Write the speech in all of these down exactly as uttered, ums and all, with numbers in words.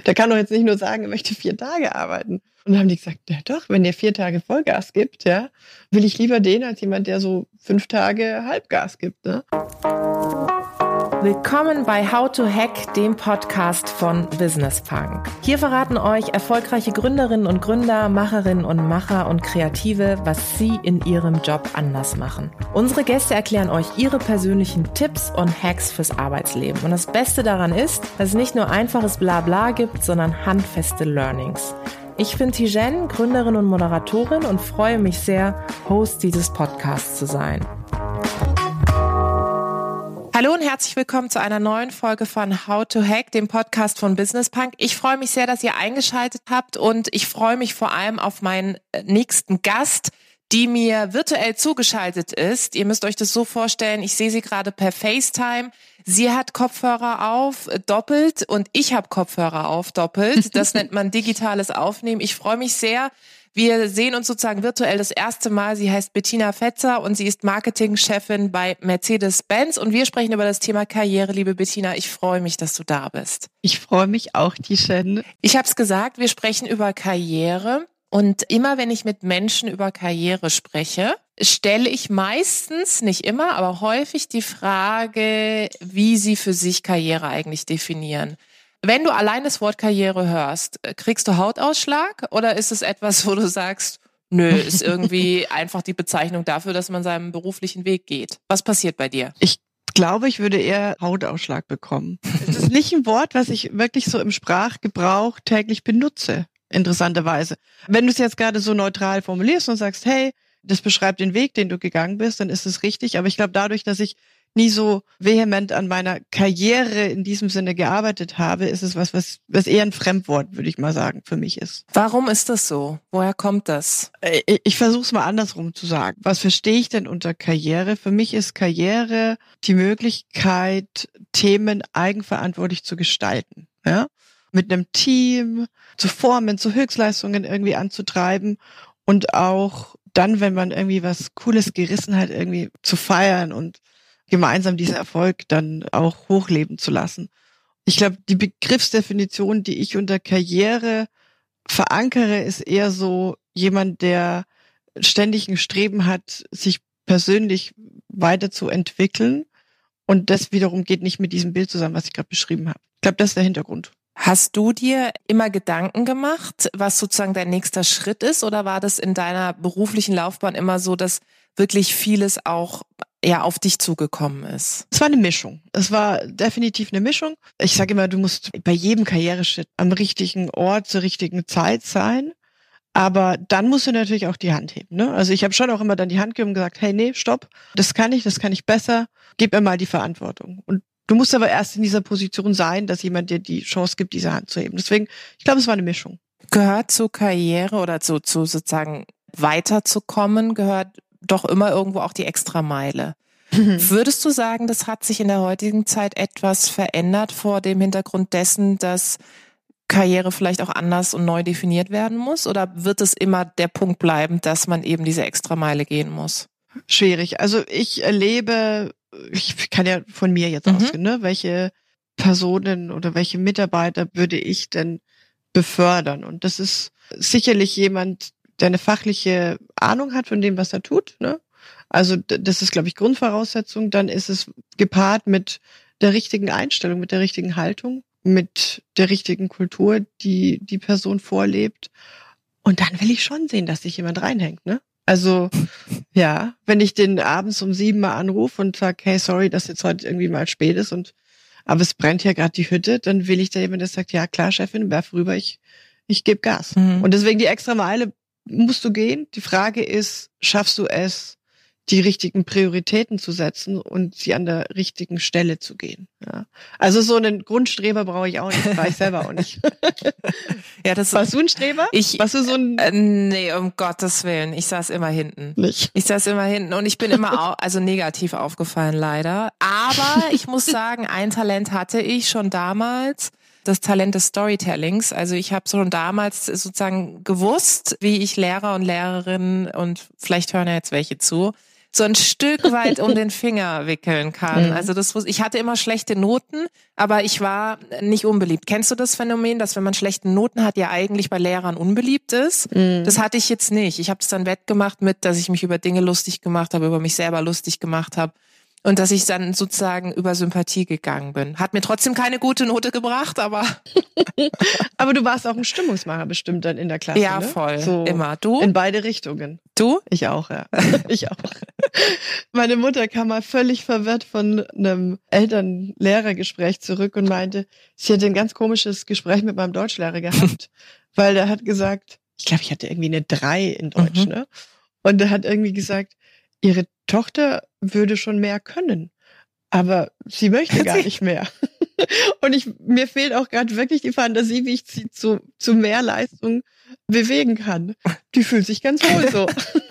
Der kann doch jetzt nicht nur sagen, er möchte vier Tage arbeiten. Und dann haben die gesagt, ja doch, wenn der vier Tage Vollgas gibt, ja, will ich lieber den als jemand, der so fünf Tage Halbgas gibt, ne? Willkommen bei How to Hack, dem Podcast von Business Punk. Hier verraten euch erfolgreiche Gründerinnen und Gründer, Macherinnen und Macher und Kreative, was sie in ihrem Job anders machen. Unsere Gäste erklären euch ihre persönlichen Tipps und Hacks fürs Arbeitsleben. Und das Beste daran ist, dass es nicht nur einfaches Blabla gibt, sondern handfeste Learnings. Ich bin Tijen, Gründerin und Moderatorin und freue mich sehr, Host dieses Podcasts zu sein. Hallo und herzlich willkommen zu einer neuen Folge von How to Hack, dem Podcast von Business Punk. Ich freue mich sehr, dass ihr eingeschaltet habt und ich freue mich vor allem auf meinen nächsten Gast, die mir virtuell zugeschaltet ist. Ihr müsst euch das so vorstellen, ich sehe sie gerade per FaceTime. Sie hat Kopfhörer auf, doppelt, und ich habe Kopfhörer auf, doppelt. Das nennt man digitales Aufnehmen. Ich freue mich sehr. Wir sehen uns sozusagen virtuell das erste Mal. Sie heißt Bettina Fetzer und sie ist Marketingchefin bei Mercedes-Benz. Und wir sprechen über das Thema Karriere, liebe Bettina. Ich freue mich, dass du da bist. Ich freue mich auch, Tijen. Ich habe es gesagt, wir sprechen über Karriere. Und immer wenn ich mit Menschen über Karriere spreche, stelle ich meistens, nicht immer, aber häufig die Frage, wie sie für sich Karriere eigentlich definieren. Wenn du allein das Wort Karriere hörst, kriegst du Hautausschlag oder ist es etwas, wo du sagst, nö, ist irgendwie einfach die Bezeichnung dafür, dass man seinem beruflichen Weg geht? Was passiert bei dir? Ich glaube, ich würde eher Hautausschlag bekommen. Es ist nicht ein Wort, was ich wirklich so im Sprachgebrauch täglich benutze, interessanterweise. Wenn du es jetzt gerade so neutral formulierst und sagst, hey, das beschreibt den Weg, den du gegangen bist, dann ist es richtig. Aber ich glaube, dadurch, dass ich nie so vehement an meiner Karriere in diesem Sinne gearbeitet habe, ist es was, was, was eher ein Fremdwort, würde ich mal sagen, für mich ist. Warum ist das so? Woher kommt das? Ich, ich versuche es mal andersrum zu sagen. Was verstehe ich denn unter Karriere? Für mich ist Karriere die Möglichkeit, Themen eigenverantwortlich zu gestalten, ja? Mit einem Team, zu formen, zu Höchstleistungen irgendwie anzutreiben und auch dann, wenn man irgendwie was Cooles gerissen hat, irgendwie zu feiern und gemeinsam diesen Erfolg dann auch hochleben zu lassen. Ich glaube, die Begriffsdefinition, die ich unter Karriere verankere, ist eher so jemand, der ständig ein Streben hat, sich persönlich weiterzuentwickeln. Und das wiederum geht nicht mit diesem Bild zusammen, was ich gerade beschrieben habe. Ich glaube, das ist der Hintergrund. Hast du dir immer Gedanken gemacht, was sozusagen dein nächster Schritt ist? Oder war das in deiner beruflichen Laufbahn immer so, dass wirklich vieles auch ja auf dich zugekommen ist? Es war eine Mischung. Es war definitiv eine Mischung. Ich sage immer, du musst bei jedem Karriereschritt am richtigen Ort zur richtigen Zeit sein. Aber dann musst du natürlich auch die Hand heben, ne? Also ich habe schon auch immer dann die Hand gegeben und gesagt, hey, nee, stopp, das kann ich, das kann ich besser. Gib mir mal die Verantwortung. Und du musst aber erst in dieser Position sein, dass jemand dir die Chance gibt, diese Hand zu heben. Deswegen, ich glaube, es war eine Mischung. Gehört zur Karriere oder zu, zu sozusagen weiterzukommen, gehört doch immer irgendwo auch die Extrameile. Mhm. Würdest du sagen, das hat sich in der heutigen Zeit etwas verändert vor dem Hintergrund dessen, dass Karriere vielleicht auch anders und neu definiert werden muss? Oder wird es immer der Punkt bleiben, dass man eben diese Extrameile gehen muss? Schwierig. Also ich erlebe, ich kann ja von mir jetzt mhm. ausgehen, ne? Welche Personen oder welche Mitarbeiter würde ich denn befördern? Und das ist sicherlich jemand, der eine fachliche Ahnung hat von dem, was er tut, ne? Also das ist, glaube ich, Grundvoraussetzung. Dann ist es gepaart mit der richtigen Einstellung, mit der richtigen Haltung, mit der richtigen Kultur, die die Person vorlebt. Und dann will ich schon sehen, dass sich jemand reinhängt, ne? Also ja, wenn ich den abends um sieben mal anrufe und sage, hey, sorry, dass jetzt heute irgendwie mal spät ist und aber es brennt ja gerade die Hütte, dann will ich da jemand, der sagt, ja klar, Chefin, werf rüber, ich ich gebe Gas. Mhm. Und deswegen die extra Meile musst du gehen. Die Frage ist, schaffst du es, die richtigen Prioritäten zu setzen und sie an der richtigen Stelle zu gehen? Ja. Also so einen Grundstreber brauche ich auch nicht, war ich selber auch nicht. Ja, das warst du ein Streber? Ich, warst du so ein? Äh, nee, um Gottes Willen. Ich saß immer hinten. Nicht. Ich saß immer hinten und ich bin immer au- also negativ aufgefallen, leider. Aber ich muss sagen, ein Talent hatte ich schon damals. Das Talent des Storytellings. Also ich habe schon damals sozusagen gewusst, wie ich Lehrer und Lehrerinnen, und vielleicht hören ja jetzt welche zu, so ein Stück weit um den Finger wickeln kann. Also das, ich hatte immer schlechte Noten, aber ich war nicht unbeliebt. Kennst du das Phänomen, dass wenn man schlechte Noten hat, ja eigentlich bei Lehrern unbeliebt ist? Mhm. Das hatte ich jetzt nicht. Ich habe es dann wettgemacht mit, dass ich mich über Dinge lustig gemacht habe, über mich selber lustig gemacht habe. Und dass ich dann sozusagen über Sympathie gegangen bin. Hat mir trotzdem keine gute Note gebracht, aber... Aber du warst auch ein Stimmungsmacher bestimmt dann in der Klasse, ja, ne? voll. So immer. Du? In beide Richtungen. Du? Ich auch, ja. Ich auch. Meine Mutter kam mal völlig verwirrt von einem Eltern-Lehrer-Gespräch zurück und meinte, sie hätte ein ganz komisches Gespräch mit meinem Deutschlehrer gehabt, weil der hat gesagt, ich glaube, ich hatte irgendwie eine drei in Deutsch, mhm. ne? Und der hat irgendwie gesagt, ihre Tochter würde schon mehr können, aber sie möchte gar nicht mehr. Und ich mir fehlt auch gerade wirklich die Fantasie, wie ich sie zu zu mehr Leistung bewegen kann. Die fühlt sich ganz wohl so.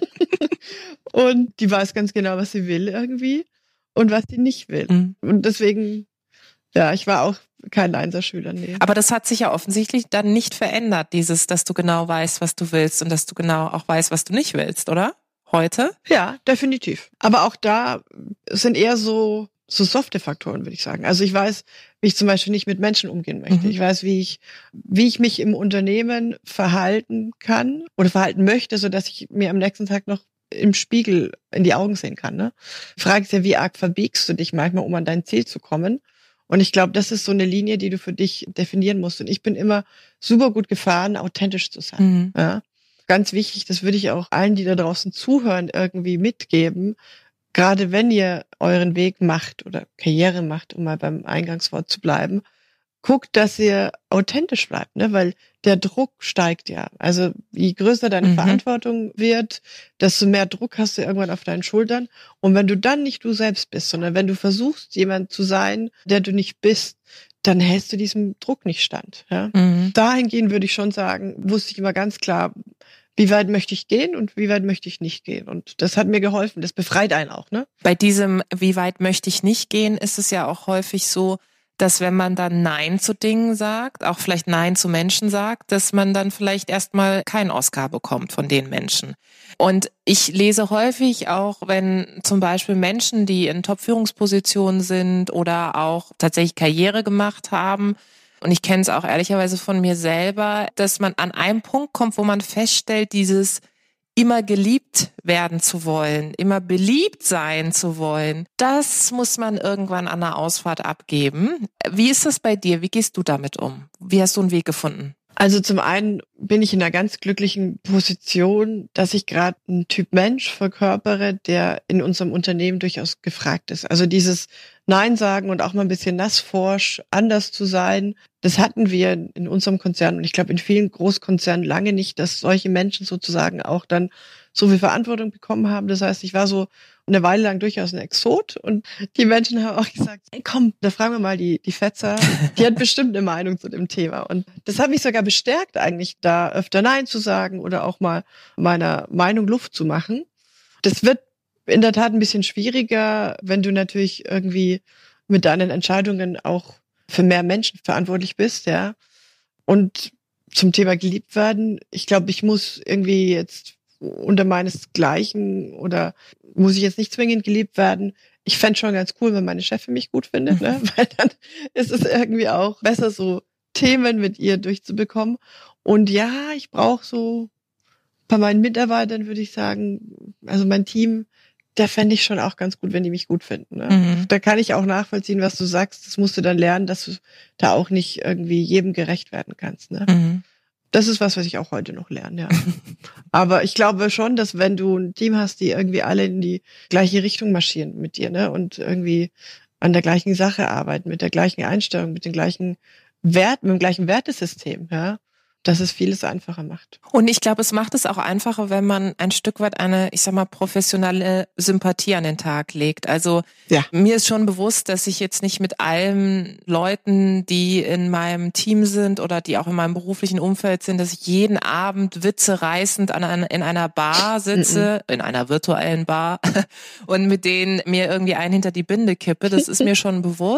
Und die weiß ganz genau, was sie will irgendwie und was sie nicht will. Mhm. Und deswegen, ja, ich war auch kein Einserschüler. Nee. Aber das hat sich ja offensichtlich dann nicht verändert, dieses, dass du genau weißt, was du willst und dass du genau auch weißt, was du nicht willst, oder? Heute? Ja, definitiv. Aber auch da sind eher so so softe Faktoren, würde ich sagen. Also ich weiß, wie ich zum Beispiel nicht mit Menschen umgehen möchte. Mhm. Ich weiß, wie ich wie ich mich im Unternehmen verhalten kann oder verhalten möchte, so dass ich mir am nächsten Tag noch im Spiegel in die Augen sehen kann. Ne? Die Frage ist ja, wie arg verbiegst du dich manchmal, um an dein Ziel zu kommen? Und ich glaube, das ist so eine Linie, die du für dich definieren musst. Und ich bin immer super gut gefahren, authentisch zu sein. Mhm. Ja? Ganz wichtig, das würde ich auch allen, die da draußen zuhören, irgendwie mitgeben. Gerade wenn ihr euren Weg macht oder Karriere macht, um mal beim Eingangswort zu bleiben, guckt, dass ihr authentisch bleibt, ne? Weil der Druck steigt ja. Also je größer deine mhm. Verantwortung wird, desto mehr Druck hast du irgendwann auf deinen Schultern. Und wenn du dann nicht du selbst bist, sondern wenn du versuchst, jemand zu sein, der du nicht bist, dann hältst du diesem Druck nicht stand. Ja? Mhm. Dahingehend würde ich schon sagen, wusste ich immer ganz klar, wie weit möchte ich gehen und wie weit möchte ich nicht gehen. Und das hat mir geholfen. Das befreit einen auch, ne? Bei diesem, wie weit möchte ich nicht gehen, ist es ja auch häufig so, dass wenn man dann Nein zu Dingen sagt, auch vielleicht Nein zu Menschen sagt, dass man dann vielleicht erstmal keinen Oscar bekommt von den Menschen. Und ich lese häufig auch, wenn zum Beispiel Menschen, die in Top-Führungspositionen sind oder auch tatsächlich Karriere gemacht haben, und ich kenne es auch ehrlicherweise von mir selber, dass man an einem Punkt kommt, wo man feststellt, dieses immer geliebt werden zu wollen, immer beliebt sein zu wollen, das muss man irgendwann an der Ausfahrt abgeben. Wie ist das bei dir? Wie gehst du damit um? Wie hast du einen Weg gefunden? Also zum einen bin ich in einer ganz glücklichen Position, dass ich gerade einen Typ Mensch verkörpere, der in unserem Unternehmen durchaus gefragt ist. Also dieses Nein sagen und auch mal ein bisschen nassforsch, anders zu sein, das hatten wir in unserem Konzern und ich glaube in vielen Großkonzernen lange nicht, dass solche Menschen sozusagen auch dann so viel Verantwortung bekommen haben. Das heißt, ich war so eine Weile lang durchaus ein Exot und die Menschen haben auch gesagt, hey, komm, da fragen wir mal die die Fetzer, die hat bestimmt eine Meinung zu dem Thema. Und das hat mich sogar bestärkt eigentlich, da öfter Nein zu sagen oder auch mal meiner Meinung Luft zu machen. Das wird in der Tat ein bisschen schwieriger, wenn du natürlich irgendwie mit deinen Entscheidungen auch für mehr Menschen verantwortlich bist, ja. Und zum Thema geliebt werden, ich glaube, ich muss irgendwie jetzt unter meinesgleichen oder muss ich jetzt nicht zwingend geliebt werden. Ich fände schon ganz cool, wenn meine Chefin mich gut findet, ne? Weil dann ist es irgendwie auch besser, so Themen mit ihr durchzubekommen. Und ja, ich brauche so bei meinen Mitarbeitern, würde ich sagen, also mein Team, da fände ich schon auch ganz gut, wenn die mich gut finden. Ne? Mhm. Da kann ich auch nachvollziehen, was du sagst. Das musst du dann lernen, dass du da auch nicht irgendwie jedem gerecht werden kannst. Ne? Mhm. Das ist was, was ich auch heute noch lerne, ja. Aber ich glaube schon, dass wenn du ein Team hast, die irgendwie alle in die gleiche Richtung marschieren mit dir, ne, und irgendwie an der gleichen Sache arbeiten, mit der gleichen Einstellung, mit den gleichen Werten, mit dem gleichen Wertesystem, ja, dass es vieles einfacher macht. Und ich glaube, es macht es auch einfacher, wenn man ein Stück weit eine, ich sag mal, professionelle Sympathie an den Tag legt. Also ja. Mir ist schon bewusst, dass ich jetzt nicht mit allen Leuten, die in meinem Team sind oder die auch in meinem beruflichen Umfeld sind, dass ich jeden Abend witzereißend an einer, in einer Bar sitze, in einer virtuellen Bar und mit denen mir irgendwie einen hinter die Binde kippe. Das ist mir schon bewusst.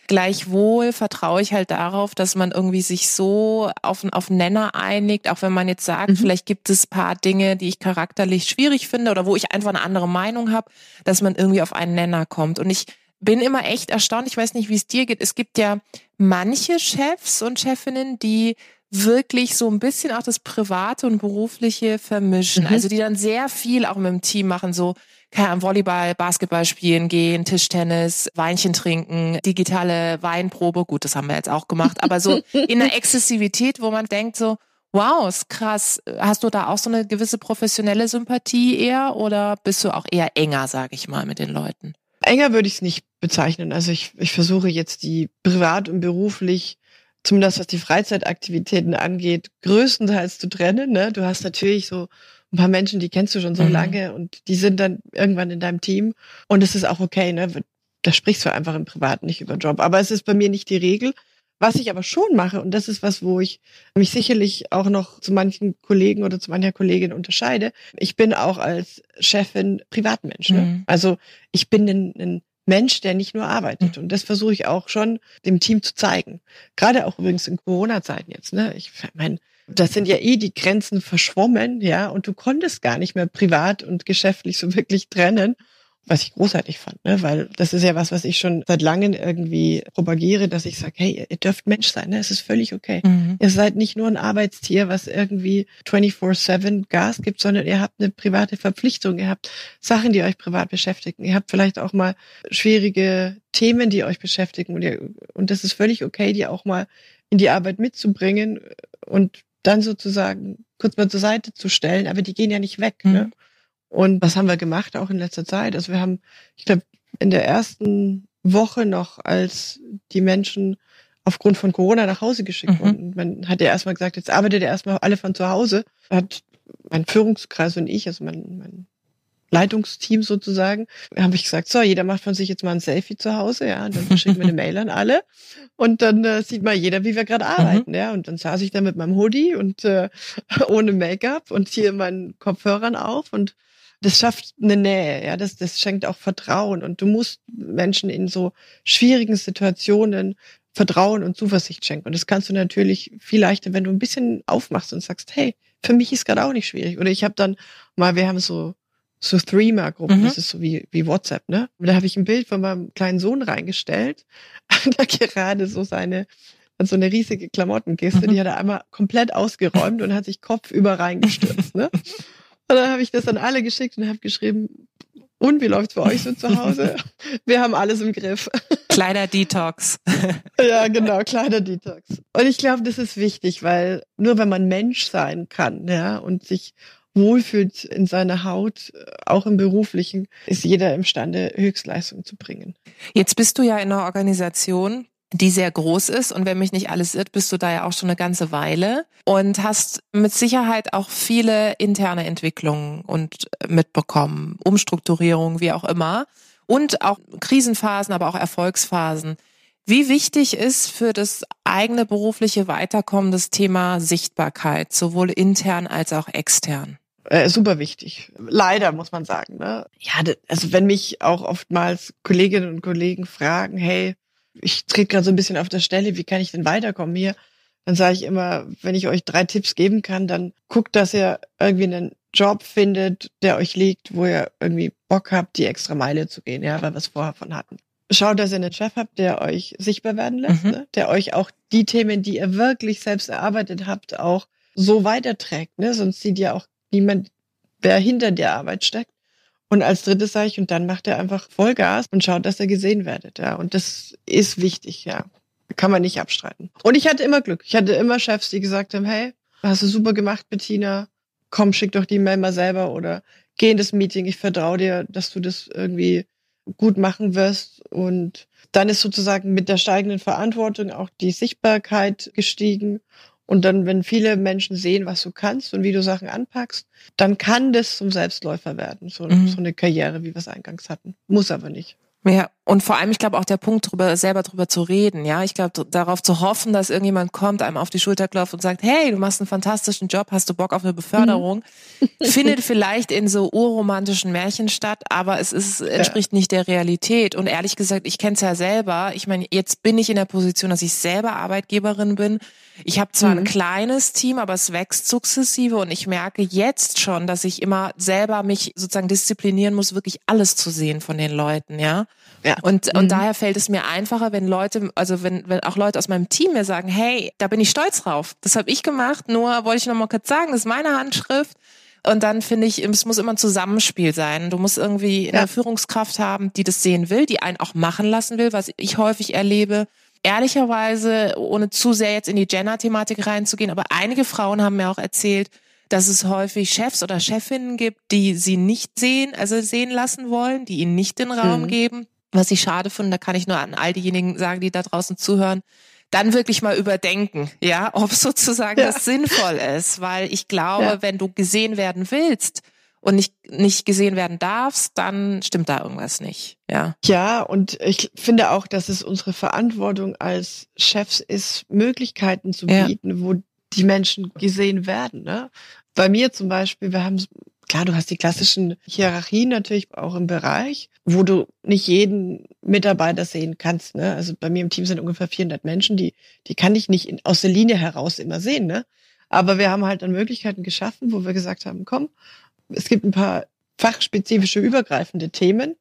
Gleichwohl vertraue ich halt darauf, dass man irgendwie sich so auf, auf einen Nenner einigt, auch wenn man jetzt sagt, mhm. vielleicht gibt es ein paar Dinge, die ich charakterlich schwierig finde oder wo ich einfach eine andere Meinung habe, dass man irgendwie auf einen Nenner kommt. Und ich bin immer echt erstaunt, ich weiß nicht, wie es dir geht, es gibt ja manche Chefs und Chefinnen, die wirklich so ein bisschen auch das Private und Berufliche vermischen. Mhm. Also die dann sehr viel auch mit dem Team machen, so keine Ahnung, Volleyball, Basketball spielen gehen, Tischtennis, Weinchen trinken, digitale Weinprobe, gut, das haben wir jetzt auch gemacht, aber so in einer Exzessivität, wo man denkt so, wow, ist krass. Hast du da auch so eine gewisse professionelle Sympathie eher oder bist du auch eher enger, sag ich mal, mit den Leuten? Enger würde ich es nicht bezeichnen. Also ich, ich versuche jetzt die privat und beruflich, zumindest was die Freizeitaktivitäten angeht, größtenteils zu trennen. Ne? Du hast natürlich so ein paar Menschen, die kennst du schon so mhm. lange und die sind dann irgendwann in deinem Team und es ist auch okay, ne? Da sprichst du einfach im Privaten nicht über Job. Aber es ist bei mir nicht die Regel. Was ich aber schon mache, und das ist was, wo ich mich sicherlich auch noch zu manchen Kollegen oder zu mancher Kollegin unterscheide, ich bin auch als Chefin Privatmensch. Ne? Mhm. Also ich bin ein, ein Mensch, der nicht nur arbeitet. Mhm. Und das versuche ich auch schon dem Team zu zeigen. Gerade auch übrigens in Corona-Zeiten jetzt. Ne? Ich meine, das sind ja eh die Grenzen verschwommen, ja, und du konntest gar nicht mehr privat und geschäftlich so wirklich trennen, was ich großartig fand, ne, weil das ist ja was, was ich schon seit langem irgendwie propagiere, dass ich sage, hey, ihr dürft Mensch sein, ne, es ist völlig okay. Mhm. Ihr seid nicht nur ein Arbeitstier, was irgendwie vierundzwanzig sieben Gas gibt, sondern ihr habt eine private Verpflichtung, ihr habt Sachen, die euch privat beschäftigen, ihr habt vielleicht auch mal schwierige Themen, die euch beschäftigen und, ihr, und das ist völlig okay, die auch mal in die Arbeit mitzubringen und dann sozusagen kurz mal zur Seite zu stellen, aber die gehen ja nicht weg. Mhm. Ne? Und was haben wir gemacht auch in letzter Zeit? Also wir haben, ich glaube, in der ersten Woche noch, als die Menschen aufgrund von Corona nach Hause geschickt mhm. wurden, man hat ja erstmal gesagt, jetzt arbeitet ihr erstmal alle von zu Hause, hat mein Führungskreis und ich, also mein, mein Leitungsteam sozusagen, habe ich gesagt, so, jeder macht von sich jetzt mal ein Selfie zu Hause, ja, und dann schicken wir eine Mail an alle und dann äh, sieht mal jeder, wie wir gerade arbeiten, mhm. ja, und dann saß ich da mit meinem Hoodie und äh, ohne Make-up und hier meinen Kopfhörern auf und das schafft eine Nähe, ja, das, das schenkt auch Vertrauen und du musst Menschen in so schwierigen Situationen Vertrauen und Zuversicht schenken und das kannst du natürlich viel leichter, wenn du ein bisschen aufmachst und sagst, hey, für mich ist gerade auch nicht schwierig oder ich habe dann mal, wir haben so so Threema-Gruppen, mhm. das ist so wie wie WhatsApp, ne? Und da habe ich ein Bild von meinem kleinen Sohn reingestellt, da gerade so seine, so eine riesige Klamottengiste, mhm. die hat er einmal komplett ausgeräumt und hat sich kopfüber reingestürzt, ne? Und dann habe ich das an alle geschickt und habe geschrieben, und wie läuft's bei euch so zu Hause? Wir haben alles im Griff. Kleider-Detox. Ja, genau, Kleider-Detox. Und ich glaube, das ist wichtig, weil nur wenn man Mensch sein kann, ja, und sich wohlfühlt in seiner Haut, auch im Beruflichen, ist jeder imstande, Höchstleistung zu bringen. Jetzt bist du ja in einer Organisation, die sehr groß ist und wenn mich nicht alles irrt, bist du da ja auch schon eine ganze Weile und hast mit Sicherheit auch viele interne Entwicklungen und mitbekommen, Umstrukturierung, wie auch immer und auch Krisenphasen, aber auch Erfolgsphasen. Wie wichtig ist für das eigene berufliche Weiterkommen das Thema Sichtbarkeit, sowohl intern als auch extern? Äh, super wichtig. Leider, muss man sagen. Ne? Ja, also wenn mich auch oftmals Kolleginnen und Kollegen fragen, hey, ich trete gerade so ein bisschen auf der Stelle, wie kann ich denn weiterkommen hier? Dann sage ich immer, wenn ich euch drei Tipps geben kann, dann guckt, dass ihr irgendwie einen Job findet, der euch liegt, wo ihr irgendwie Bock habt, die extra Meile zu gehen, ja, weil wir es vorher von hatten. Schaut, dass ihr einen Chef habt, der euch sichtbar werden lässt, mhm. ne? Der euch auch die Themen, die ihr wirklich selbst erarbeitet habt, auch so weiterträgt, ne? Sonst sieht ja auch niemand, wer hinter der Arbeit steckt. Und als drittes sage ich, und dann macht er einfach Vollgas und schaut, dass er gesehen werdet. Ja. Und das ist wichtig, ja. Kann man nicht abstreiten. Und ich hatte immer Glück. Ich hatte immer Chefs, die gesagt haben, hey, hast du super gemacht, Bettina. Komm, schick doch die Mail mal selber oder geh in das Meeting. Ich vertraue dir, dass du das irgendwie gut machen wirst. Und dann ist sozusagen mit der steigenden Verantwortung auch die Sichtbarkeit gestiegen. Und dann, wenn viele Menschen sehen, was du kannst und wie du Sachen anpackst, dann kann das zum Selbstläufer werden, so, mhm. so eine Karriere, wie wir es eingangs hatten. Muss aber nicht. Ja, Und vor allem, ich glaube auch der Punkt, drüber, selber drüber zu reden, ja. Ich glaube, darauf zu hoffen, dass irgendjemand kommt, einem auf die Schulter klopft und sagt, hey, du machst einen fantastischen Job, hast du Bock auf eine Beförderung? Mhm. Findet vielleicht in so urromantischen Märchen statt, aber es ist, entspricht ja. nicht der Realität. Und ehrlich gesagt, ich kenne es ja selber. Ich meine, jetzt bin ich in der Position, dass ich selber Arbeitgeberin bin. Ich habe zwar mhm. ein kleines Team, aber es wächst sukzessive und ich merke jetzt schon, dass ich immer selber mich sozusagen disziplinieren muss, wirklich alles zu sehen von den Leuten, ja. Ja. Und, mhm. und daher fällt es mir einfacher, wenn Leute, also wenn, wenn auch Leute aus meinem Team mir sagen, hey, da bin ich stolz drauf. Das habe ich gemacht, nur wollte ich noch mal kurz sagen, das ist meine Handschrift. Und dann finde ich, es muss immer ein Zusammenspiel sein. Du musst irgendwie ja. eine Führungskraft haben, die das sehen will, die einen auch machen lassen will, was ich häufig erlebe. Ehrlicherweise, ohne zu sehr jetzt in die Gender-Thematik reinzugehen, aber einige Frauen haben mir auch erzählt, dass es häufig Chefs oder Chefinnen gibt, die sie nicht sehen, also sehen lassen wollen, die ihnen nicht den Raum mhm. geben. Was ich schade finde, da kann ich nur an all diejenigen sagen, die da draußen zuhören, dann wirklich mal überdenken, ja, ob sozusagen ja. das sinnvoll ist, weil ich glaube, ja. wenn du gesehen werden willst und nicht nicht gesehen werden darfst, dann stimmt da irgendwas nicht, ja. Ja, und ich finde auch, dass es unsere Verantwortung als Chefs ist, Möglichkeiten zu bieten, ja. wo die Menschen gesehen werden, ne? Bei mir zum Beispiel, wir haben klar, du hast die klassischen Hierarchien natürlich auch im Bereich, wo du nicht jeden Mitarbeiter sehen kannst, ne? Also bei mir im Team sind ungefähr vierhundert Menschen, die die kann ich nicht in, aus der Linie heraus immer sehen, ne? Aber wir haben halt dann Möglichkeiten geschaffen, wo wir gesagt haben, komm, es gibt ein paar fachspezifische, übergreifende Themen,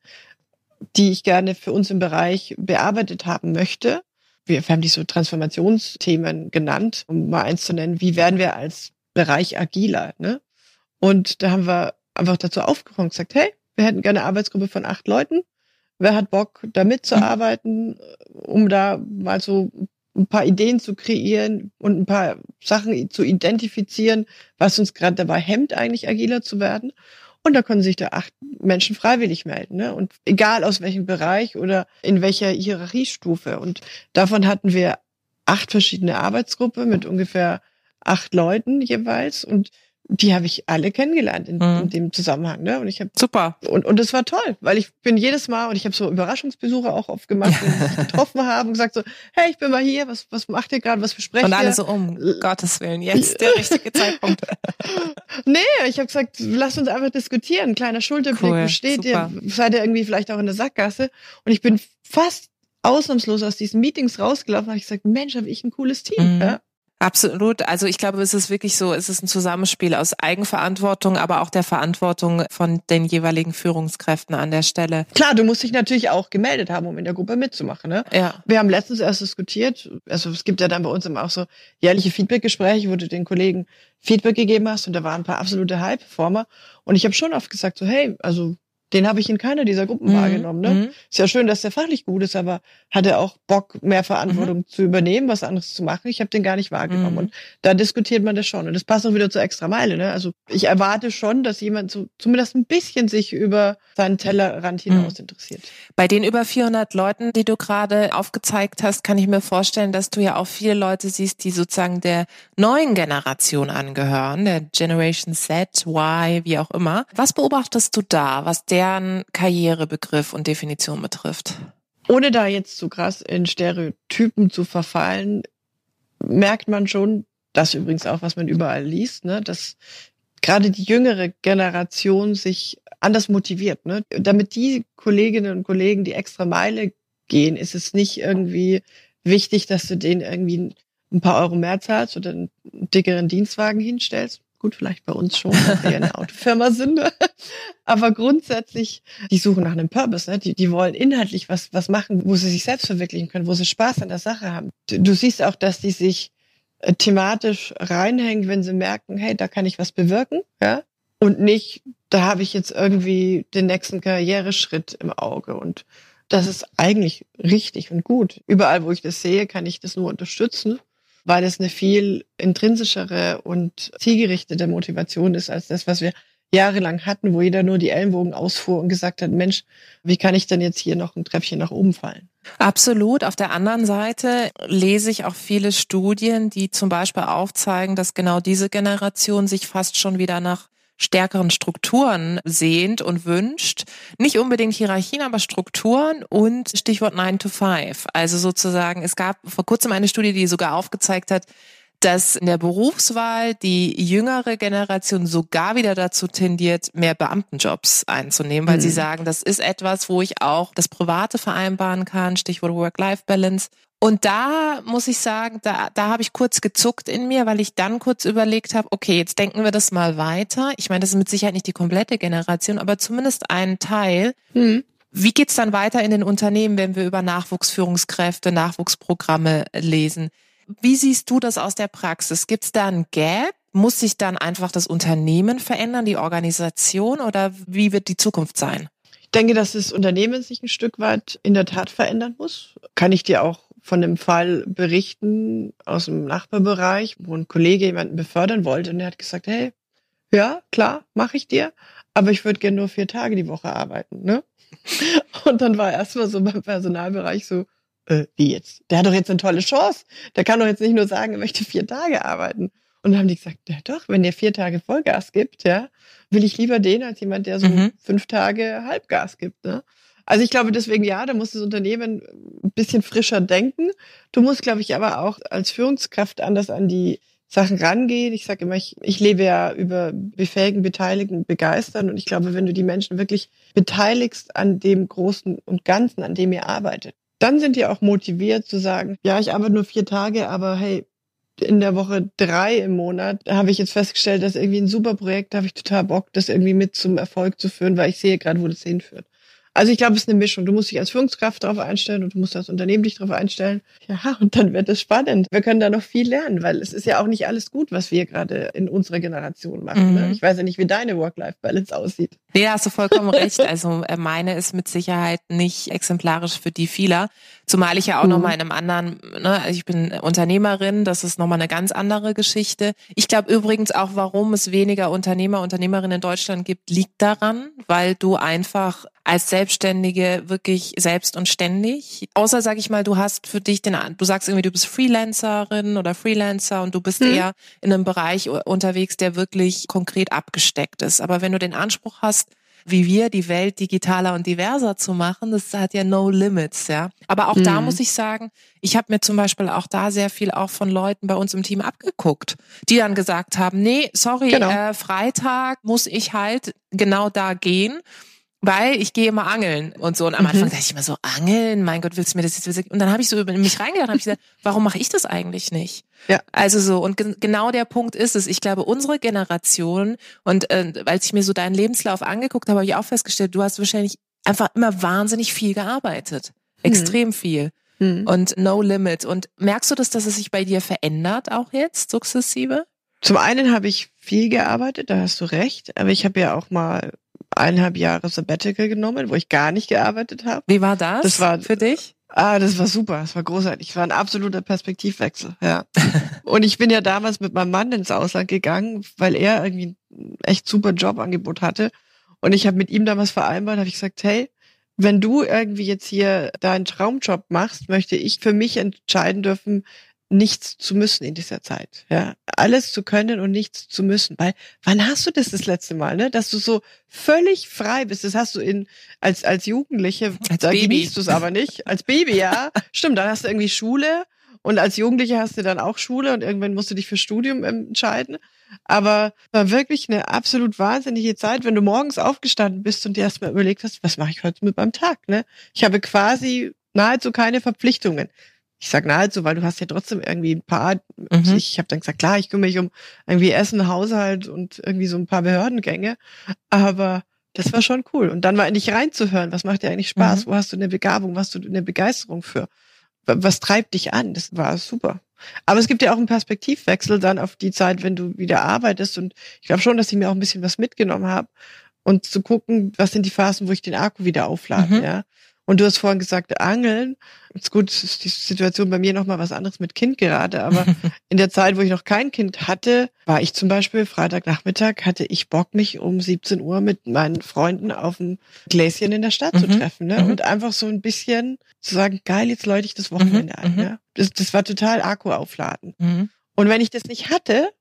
die ich gerne für uns im Bereich bearbeitet haben möchte. Wir, wir haben die so Transformationsthemen genannt, um mal eins zu nennen. Wie werden wir als Bereich agiler, ne? Und da haben wir einfach dazu aufgerufen und gesagt, hey, wir hätten gerne eine Arbeitsgruppe von acht Leuten. Wer hat Bock, da mitzuarbeiten, um da mal so ein paar Ideen zu kreieren und ein paar Sachen zu identifizieren, was uns gerade dabei hemmt, eigentlich agiler zu werden. Und da können sich da acht Menschen freiwillig melden, ne? Und egal aus welchem Bereich oder in welcher Hierarchiestufe. Und davon hatten wir acht verschiedene Arbeitsgruppen mit ungefähr acht Leuten jeweils. Und die habe ich alle kennengelernt in, mhm. in dem Zusammenhang, ne? Und ich habe super und und es war toll, weil ich bin jedes Mal und ich habe so Überraschungsbesuche auch oft gemacht, wenn sie sich getroffen haben und gesagt so, hey, ich bin mal hier, was was macht ihr gerade, was besprecht ihr? Und alle so um Gottes Willen, jetzt der richtige Zeitpunkt. Nee, ich habe gesagt, lasst uns einfach diskutieren, ein kleiner Schulterblick, cool, wo steht super. Ihr? Seid ihr irgendwie vielleicht auch in der Sackgasse? Und ich bin fast ausnahmslos aus diesen Meetings rausgelaufen, habe ich gesagt, Mensch, habe ich ein cooles Team, mhm. ja? Absolut. Also ich glaube, es ist wirklich so, es ist ein Zusammenspiel aus Eigenverantwortung, aber auch der Verantwortung von den jeweiligen Führungskräften an der Stelle. Klar, du musst dich natürlich auch gemeldet haben, um in der Gruppe mitzumachen, ne? Ja. Wir haben letztens erst diskutiert, also es gibt ja dann bei uns immer auch so jährliche Feedbackgespräche, wo du den Kollegen Feedback gegeben hast und da waren ein paar absolute High-Performer und ich habe schon oft gesagt so, hey, also den habe ich in keiner dieser Gruppen mhm. wahrgenommen. Ne? Mhm. Ist ja schön, dass der fachlich gut ist, aber hat er auch Bock, mehr Verantwortung mhm. zu übernehmen, was anderes zu machen? Ich habe den gar nicht wahrgenommen. Mhm. Und da diskutiert man das schon. Und das passt auch wieder zur Extrameile. Ne? Also ich erwarte schon, dass jemand so zumindest ein bisschen sich über seinen Tellerrand hinaus mhm. interessiert. Bei den über vierhundert Leuten, die du gerade aufgezeigt hast, kann ich mir vorstellen, dass du ja auch viele Leute siehst, die sozusagen der neuen Generation angehören, der Generation Z, Y, wie auch immer. Was beobachtest du da, was der deren Karrierebegriff und Definition betrifft? Ohne da jetzt so krass in Stereotypen zu verfallen, merkt man schon, das übrigens auch, was man überall liest, ne, dass gerade die jüngere Generation sich anders motiviert. Ne? Damit die Kolleginnen und Kollegen die extra Meile gehen, ist es nicht irgendwie wichtig, dass du denen irgendwie ein paar Euro mehr zahlst oder einen dickeren Dienstwagen hinstellst. Gut, vielleicht bei uns schon, weil wir eine Autofirma sind. Ne? Aber grundsätzlich, die suchen nach einem Purpose. Ne? Die, die wollen inhaltlich was, was machen, wo sie sich selbst verwirklichen können, wo sie Spaß an der Sache haben. Du, du siehst auch, dass die sich äh, thematisch reinhängen, wenn sie merken, hey, da kann ich was bewirken. Ja? Und nicht, da habe ich jetzt irgendwie den nächsten Karriereschritt im Auge. Und das ist eigentlich richtig und gut. Überall, wo ich das sehe, kann ich das nur unterstützen, weil es eine viel intrinsischere und zielgerichtete Motivation ist als das, was wir jahrelang hatten, wo jeder nur die Ellenbogen ausfuhr und gesagt hat, Mensch, wie kann ich denn jetzt hier noch ein Treppchen nach oben fallen? Absolut. Auf der anderen Seite lese ich auch viele Studien, die zum Beispiel aufzeigen, dass genau diese Generation sich fast schon wieder nach stärkeren Strukturen sehnt und wünscht. Nicht unbedingt Hierarchien, aber Strukturen und Stichwort nine to five. Also sozusagen, es gab vor kurzem eine Studie, die sogar aufgezeigt hat, dass in der Berufswahl die jüngere Generation sogar wieder dazu tendiert, mehr Beamtenjobs einzunehmen, weil mhm. sie sagen, das ist etwas, wo ich auch das Private vereinbaren kann, Stichwort Work-Life-Balance. Und da muss ich sagen, da, da habe ich kurz gezuckt in mir, weil ich dann kurz überlegt habe, okay, jetzt denken wir das mal weiter. Ich meine, das ist mit Sicherheit nicht die komplette Generation, aber zumindest ein Teil. Mhm. Wie geht's dann weiter in den Unternehmen, wenn wir über Nachwuchsführungskräfte, Nachwuchsprogramme lesen? Wie siehst du das aus der Praxis? Gibt's da ein Gap? Muss sich dann einfach das Unternehmen verändern, die Organisation, oder wie wird die Zukunft sein? Ich denke, dass das Unternehmen sich ein Stück weit in der Tat verändern muss. Kann ich dir auch von einem Fall berichten aus dem Nachbarbereich, wo ein Kollege jemanden befördern wollte und der hat gesagt, hey, ja, klar, mache ich dir, aber ich würde gerne nur vier Tage die Woche arbeiten, ne? Und dann war erstmal so beim Personalbereich so, äh, wie jetzt? Der hat doch jetzt eine tolle Chance. Der kann doch jetzt nicht nur sagen, er möchte vier Tage arbeiten. Und dann haben die gesagt, ja doch, wenn der vier Tage Vollgas gibt, ja, will ich lieber den als jemand, der so mhm. fünf Tage Halbgas gibt, ne? Also ich glaube deswegen, ja, da muss das Unternehmen ein bisschen frischer denken. Du musst, glaube ich, aber auch als Führungskraft anders an die Sachen rangehen. Ich sage immer, ich, ich lebe ja über befähigen, beteiligen, begeistern. Und ich glaube, wenn du die Menschen wirklich beteiligst an dem Großen und Ganzen, an dem ihr arbeitet, dann sind die auch motiviert zu sagen, ja, ich arbeite nur vier Tage, aber hey, in der Woche drei im Monat habe ich jetzt festgestellt, dass irgendwie ein super Projekt, da habe ich total Bock, das irgendwie mit zum Erfolg zu führen, weil ich sehe gerade, wo das hinführt. Also ich glaube, es ist eine Mischung. Du musst dich als Führungskraft darauf einstellen und du musst als Unternehmen dich darauf einstellen. Ja, und dann wird es spannend. Wir können da noch viel lernen, weil es ist ja auch nicht alles gut, was wir gerade in unserer Generation machen. Mhm. Ne? Ich weiß ja nicht, wie deine Work-Life-Balance aussieht. Nee, da hast du vollkommen recht. Also meine ist mit Sicherheit nicht exemplarisch für die vieler. Zumal ich ja auch mhm. nochmal in einem anderen, ne, ich bin Unternehmerin, das ist nochmal eine ganz andere Geschichte. Ich glaube übrigens auch, warum es weniger Unternehmer, Unternehmerinnen in Deutschland gibt, liegt daran, weil du einfach als Selbstständige wirklich selbst und ständig, außer, sag ich mal, du hast für dich den, du sagst irgendwie, du bist Freelancerin oder Freelancer und du bist mhm. eher in einem Bereich unterwegs, der wirklich konkret abgesteckt ist. Aber wenn du den Anspruch hast, wie wir, die Welt digitaler und diverser zu machen, das hat ja no limits, ja. Aber auch mhm. da muss ich sagen, ich habe mir zum Beispiel auch da sehr viel auch von Leuten bei uns im Team abgeguckt, die dann gesagt haben, nee, sorry, genau. äh, Freitag muss ich halt genau da gehen, weil ich gehe immer angeln und so. Und am Anfang mhm. dachte ich immer so, angeln, mein Gott, willst du mir das jetzt... Und dann habe ich so über mich reingedacht und habe ich gesagt, warum mache ich das eigentlich nicht? Ja. Also so, und ge- genau der Punkt ist es. Ich glaube, unsere Generation, und äh, als ich mir so deinen Lebenslauf angeguckt habe, habe ich auch festgestellt, du hast wahrscheinlich einfach immer wahnsinnig viel gearbeitet. Mhm. Extrem viel. Mhm. Und no limit. Und merkst du das, dass es sich bei dir verändert, auch jetzt, sukzessive? Zum einen habe ich viel gearbeitet, da hast du recht. Aber ich habe ja auch mal eineinhalb Jahre Sabbatical genommen, wo ich gar nicht gearbeitet habe. Wie war das, das war, für dich? Ah, das war super, das war großartig. Es war ein absoluter Perspektivwechsel, ja. Und ich bin ja damals mit meinem Mann ins Ausland gegangen, weil er irgendwie ein echt super Jobangebot hatte. Und ich habe mit ihm damals vereinbart, habe ich gesagt, hey, wenn du irgendwie jetzt hier deinen Traumjob machst, möchte ich für mich entscheiden dürfen, nichts zu müssen in dieser Zeit, ja, alles zu können und nichts zu müssen, weil wann hast du das das letzte Mal, ne, dass du so völlig frei bist? Das hast du in als als Jugendliche, als da Baby. Genießt du es aber nicht, als Baby, ja, stimmt, dann hast du irgendwie Schule und als Jugendliche hast du dann auch Schule und irgendwann musst du dich für Studium entscheiden, aber war wirklich eine absolut wahnsinnige Zeit, wenn du morgens aufgestanden bist und dir erstmal überlegt hast, was mache ich heute mit meinem Tag, ne? Ich habe quasi nahezu keine Verpflichtungen. Ich sag nahezu, weil du hast ja trotzdem irgendwie ein paar, mhm. ich habe dann gesagt, klar, ich kümmere mich um irgendwie Essen, Haushalt und irgendwie so ein paar Behördengänge, aber das war schon cool. Und dann mal in dich reinzuhören, was macht dir eigentlich Spaß, mhm. wo hast du eine Begabung, was hast du eine Begeisterung für, was treibt dich an, das war super. Aber es gibt ja auch einen Perspektivwechsel dann auf die Zeit, wenn du wieder arbeitest und ich glaube schon, dass ich mir auch ein bisschen was mitgenommen habe und zu gucken, was sind die Phasen, wo ich den Akku wieder auflade, mhm. ja. Und du hast vorhin gesagt, Angeln. Ist gut, ist die Situation bei mir nochmal was anderes mit Kind gerade, aber in der Zeit, wo ich noch kein Kind hatte, war ich zum Beispiel Freitagnachmittag, hatte ich Bock, mich um siebzehn Uhr mit meinen Freunden auf ein Gläschen in der Stadt mhm. zu treffen, ne? Mhm. Und einfach so ein bisschen zu sagen, geil, jetzt läute ich das Wochenende mhm. ein, ja? Das, das war total Akku aufladen. Mhm. Und wenn ich das nicht hatte,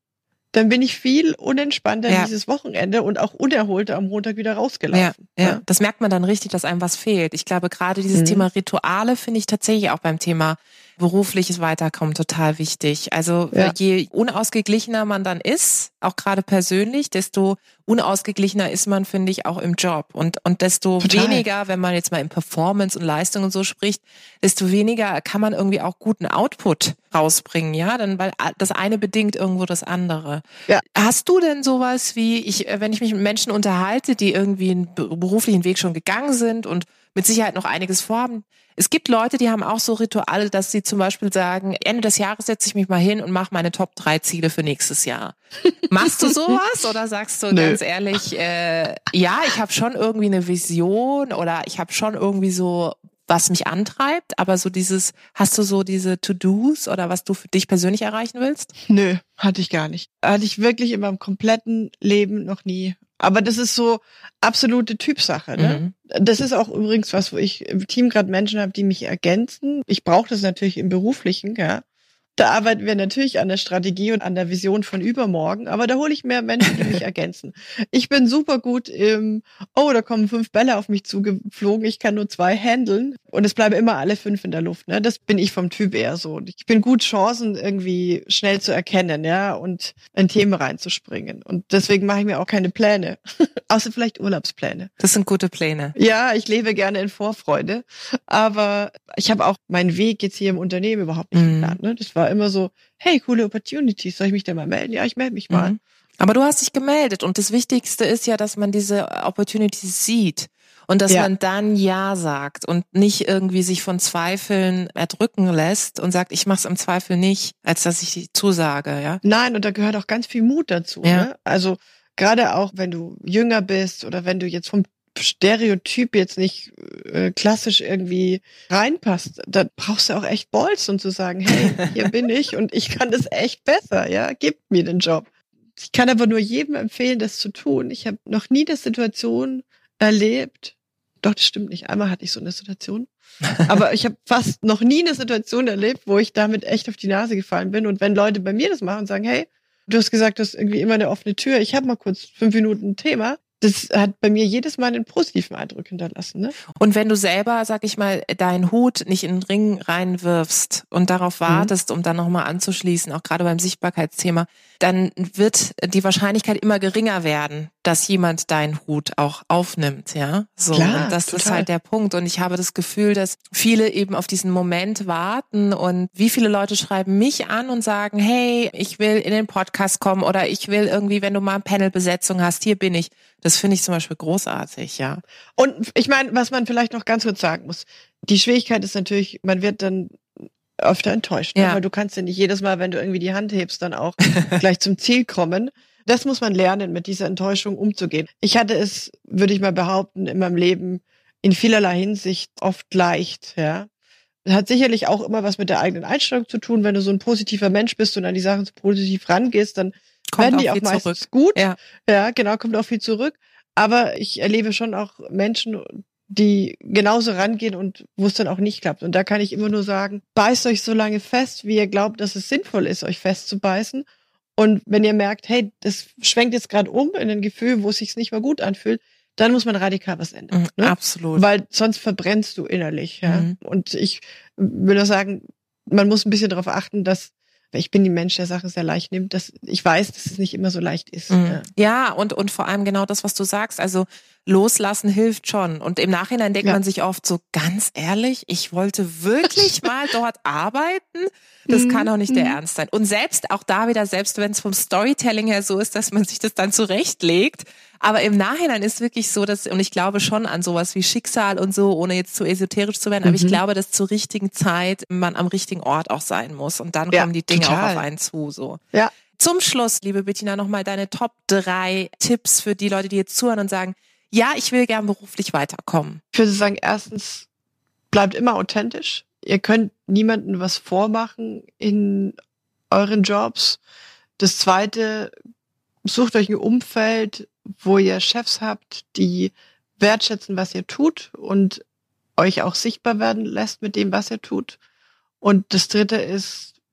dann bin ich viel unentspannter ja. dieses Wochenende und auch unerholter am Montag wieder rausgelaufen. Ja, ja, das merkt man dann richtig, dass einem was fehlt. Ich glaube, gerade dieses mhm. Thema Rituale finde ich tatsächlich auch beim Thema berufliches Weiterkommen total wichtig. Also ja. je unausgeglichener man dann ist, auch gerade persönlich, desto unausgeglichener ist man, finde ich, auch im Job. Und und desto total. weniger, wenn man jetzt mal in Performance und Leistung und so spricht, desto weniger kann man irgendwie auch guten Output rausbringen, ja, dann weil das eine bedingt irgendwo das andere. Ja. Hast du denn sowas wie, ich, wenn ich mich mit Menschen unterhalte, die irgendwie einen beruflichen Weg schon gegangen sind und mit Sicherheit noch einiges vorhaben. Es gibt Leute, die haben auch so Rituale, dass sie zum Beispiel sagen, Ende des Jahres setze ich mich mal hin und mache meine Top drei Ziele für nächstes Jahr. Machst du sowas oder sagst du Nö. ganz ehrlich, äh, ja, ich habe schon irgendwie eine Vision oder ich habe schon irgendwie so, was mich antreibt, aber so dieses, hast du so diese To-Dos oder was du für dich persönlich erreichen willst? Nö, hatte ich gar nicht. Hatte ich wirklich in meinem kompletten Leben noch nie. Aber das ist so absolute Typsache, ne? Mhm. Das ist auch übrigens was, wo ich im Team gerade Menschen habe, die mich ergänzen. Ich brauche das natürlich im Beruflichen, ja. Da arbeiten wir natürlich an der Strategie und an der Vision von übermorgen, aber da hole ich mehr Menschen, die mich ergänzen. Ich bin super gut im, oh, da kommen fünf Bälle auf mich zugeflogen, ich kann nur zwei handeln und es bleiben immer alle fünf in der Luft, ne? Das bin ich vom Typ eher so. Ich bin gut, Chancen irgendwie schnell zu erkennen, ja, und in Themen reinzuspringen. Und deswegen mache ich mir auch keine Pläne, außer vielleicht Urlaubspläne. Das sind gute Pläne. Ja, ich lebe gerne in Vorfreude, aber ich habe auch meinen Weg jetzt hier im Unternehmen überhaupt nicht mhm. geplant, ne? Das war immer so, hey, coole Opportunities, soll ich mich da mal melden? Ja, ich melde mich mal. Mhm. Aber du hast dich gemeldet und das Wichtigste ist ja, dass man diese Opportunities sieht und dass ja. man dann Ja sagt und nicht irgendwie sich von Zweifeln erdrücken lässt und sagt, ich mach's im Zweifel nicht, als dass ich die zusage, ja? Nein, und da gehört auch ganz viel Mut dazu, ja. ne? Also gerade auch, wenn du jünger bist oder wenn du jetzt vom Stereotyp jetzt nicht äh, klassisch irgendwie reinpasst, da brauchst du auch echt Balls, um zu sagen, hey, hier bin ich und ich kann das echt besser, ja, gib mir den Job. Ich kann aber nur jedem empfehlen, das zu tun. Ich habe noch nie eine Situation erlebt, doch, das stimmt nicht, einmal hatte ich so eine Situation, aber ich habe fast noch nie eine Situation erlebt, wo ich damit echt auf die Nase gefallen bin. Und wenn Leute bei mir das machen und sagen, hey, du hast gesagt, du hast irgendwie immer eine offene Tür, ich habe mal kurz fünf Minuten ein Thema, das hat bei mir jedes Mal einen positiven Eindruck hinterlassen. Ne? Und wenn du selber, sag ich mal, deinen Hut nicht in den Ring reinwirfst und darauf wartest, mhm. um dann nochmal anzuschließen, auch gerade beim Sichtbarkeitsthema, dann wird die Wahrscheinlichkeit immer geringer werden, dass jemand deinen Hut auch aufnimmt, ja. So, Klar, und das total. ist halt der Punkt. Und ich habe das Gefühl, dass viele eben auf diesen Moment warten. Und wie viele Leute schreiben mich an und sagen, hey, ich will in den Podcast kommen oder ich will irgendwie, wenn du mal eine Panelbesetzung hast, hier bin ich. Das finde ich zum Beispiel großartig, ja. Und ich meine, was man vielleicht noch ganz kurz sagen muss, die Schwierigkeit ist natürlich, man wird dann öfter enttäuscht, ja. ne? Weil du kannst ja nicht jedes Mal, wenn du irgendwie die Hand hebst, dann auch gleich zum Ziel kommen. Das muss man lernen, mit dieser Enttäuschung umzugehen. Ich hatte es, würde ich mal behaupten, in meinem Leben in vielerlei Hinsicht oft leicht, ja. Das hat sicherlich auch immer was mit der eigenen Einstellung zu tun. Wenn du so ein positiver Mensch bist und an die Sachen so positiv rangehst, dann kommt werden auch die auch meistens zurück. gut. Ja. ja, genau, kommt auch viel zurück. Aber ich erlebe schon auch Menschen, die genauso rangehen und wo es dann auch nicht klappt. Und da kann ich immer nur sagen, beißt euch so lange fest, wie ihr glaubt, dass es sinnvoll ist, euch festzubeißen. Und wenn ihr merkt, hey, das schwenkt jetzt gerade um in ein Gefühl, wo es sich nicht mehr gut anfühlt, dann muss man radikal was ändern. Mhm, ne? Absolut. Weil sonst verbrennst du innerlich. Ja? Mhm. Und ich will nur sagen, man muss ein bisschen darauf achten, dass ich bin die Mensch, der Sachen sehr leicht nimmt, dass ich weiß, dass es nicht immer so leicht ist. Mhm. Ja. ja, und und vor allem genau das, was du sagst, also loslassen hilft schon. Und im Nachhinein denkt ja. man sich oft so, ganz ehrlich, ich wollte wirklich mal dort arbeiten. Das kann auch nicht der Ernst sein. Und selbst auch da wieder, selbst wenn es vom Storytelling her so ist, dass man sich das dann zurechtlegt, aber im Nachhinein ist wirklich so, dass, und ich glaube schon an sowas wie Schicksal und so, ohne jetzt zu esoterisch zu werden, aber mhm. ich glaube, dass zur richtigen Zeit man am richtigen Ort auch sein muss. Und dann ja, kommen die Dinge total. auch auf einen zu. So. Ja. Zum Schluss, liebe Bettina, nochmal deine Top drei Tipps für die Leute, die jetzt zuhören und sagen, ja, ich will gern beruflich weiterkommen. Ich würde sagen, erstens, bleibt immer authentisch. Ihr könnt niemandem was vormachen in euren Jobs. Das Zweite, sucht euch ein Umfeld, wo ihr Chefs habt, die wertschätzen, was ihr tut und euch auch sichtbar werden lässt mit dem, was ihr tut. Und das Dritte ist,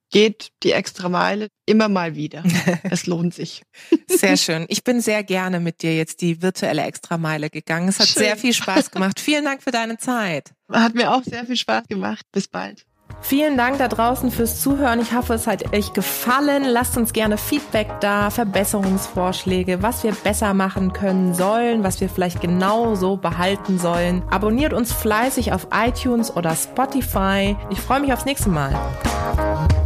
geht die extra Meile immer mal wieder. Es lohnt sich. Sehr schön. Ich bin sehr gerne mit dir jetzt die virtuelle Extrameile gegangen. Es hat schön. Sehr viel Spaß gemacht. Vielen Dank für deine Zeit. Hat mir auch sehr viel Spaß gemacht. Bis bald. Vielen Dank da draußen fürs Zuhören. Ich hoffe, es hat euch gefallen. Lasst uns gerne Feedback da, Verbesserungsvorschläge, was wir besser machen können sollen, was wir vielleicht genau so behalten sollen. Abonniert uns fleißig auf iTunes oder Spotify. Ich freue mich aufs nächste Mal.